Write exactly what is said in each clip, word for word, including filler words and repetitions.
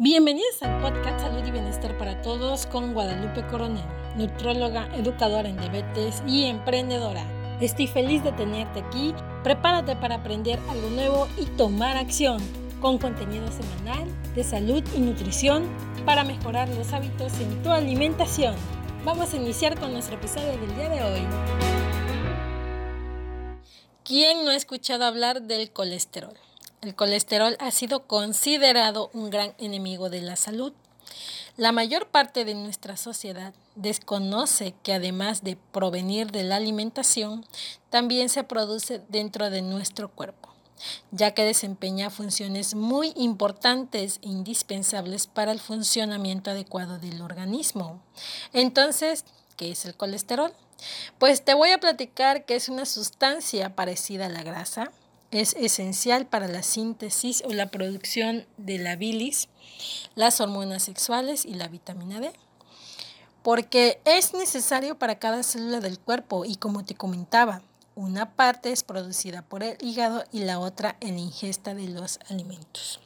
Bienvenidos al podcast Salud y Bienestar para Todos con Guadalupe Coronel, nutróloga, educadora en diabetes y emprendedora. Estoy feliz de tenerte aquí. Prepárate para aprender algo nuevo y tomar acción con contenido semanal de salud y nutrición para mejorar los hábitos en tu alimentación. Vamos a iniciar con nuestro episodio del día de hoy. ¿Quién no ha escuchado hablar del colesterol? El colesterol ha sido considerado un gran enemigo de la salud. La mayor parte de nuestra sociedad desconoce que además de provenir de la alimentación, también se produce dentro de nuestro cuerpo, ya que desempeña funciones muy importantes e indispensables para el funcionamiento adecuado del organismo. Entonces, ¿qué es el colesterol? Pues te voy a platicar que es una sustancia parecida a la grasa. Es esencial para la síntesis o la producción de la bilis, las hormonas sexuales y la vitamina D, porque es necesario para cada célula del cuerpo y, como te comentaba, una parte es producida por el hígado y la otra en la ingesta de los alimentos.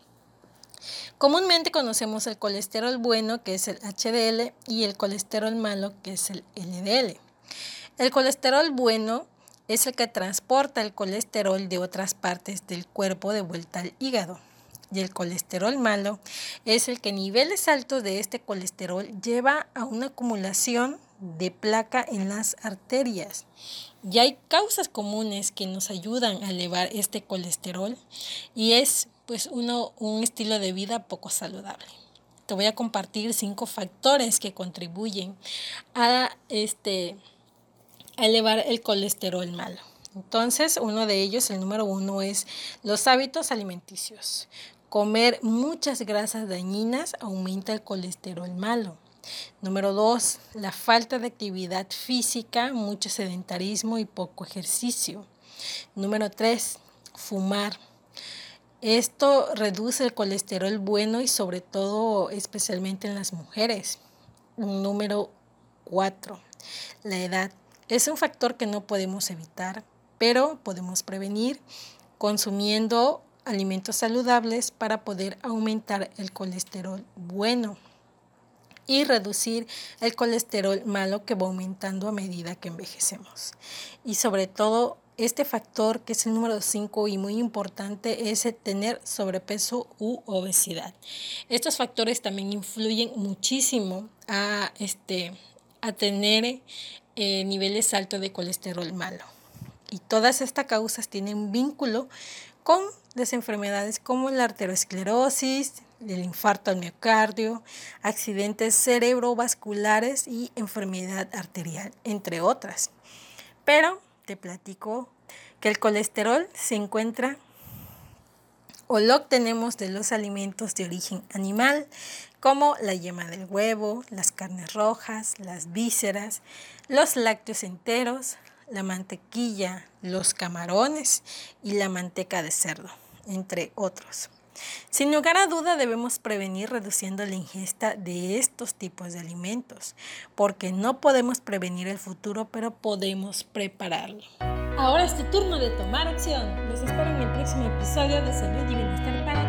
Comúnmente conocemos el colesterol bueno, que es el H D L, y el colesterol malo, que es el L D L. El colesterol bueno es el que transporta el colesterol de otras partes del cuerpo de vuelta al hígado. Y el colesterol malo es el que niveles altos de este colesterol lleva a una acumulación de placa en las arterias. Y hay causas comunes que nos ayudan a elevar este colesterol y es pues uno, un estilo de vida poco saludable. Te voy a compartir cinco factores que contribuyen a este a elevar el colesterol malo. Entonces, uno de ellos, el número uno, es los hábitos alimenticios. Comer muchas grasas dañinas aumenta el colesterol malo. Número dos, la falta de actividad física, mucho sedentarismo y poco ejercicio. Número tres, fumar. Esto reduce el colesterol bueno y sobre todo, especialmente en las mujeres. Número cuatro, la edad. Es un factor que no podemos evitar, pero podemos prevenir consumiendo alimentos saludables para poder aumentar el colesterol bueno y reducir el colesterol malo que va aumentando a medida que envejecemos. Y sobre todo, este factor que es el número cinco y muy importante es el tener sobrepeso u obesidad. Estos factores también influyen muchísimo a, este, a tener eh, niveles altos de colesterol malo. Y todas estas causas tienen un vínculo con las enfermedades como la arteriosclerosis, el infarto al miocardio, accidentes cerebrovasculares y enfermedad arterial, entre otras. Pero te platico que el colesterol se encuentra o lo obtenemos de los alimentos de origen animal, como la yema del huevo, las carnes rojas, las vísceras, los lácteos enteros, la mantequilla, los camarones y la manteca de cerdo, entre otros. Sin lugar a duda debemos prevenir reduciendo la ingesta de estos tipos de alimentos, porque no podemos prevenir el futuro, pero podemos prepararlo. Ahora es tu turno de tomar acción. Los espero en el próximo episodio de Salud y Bienestar para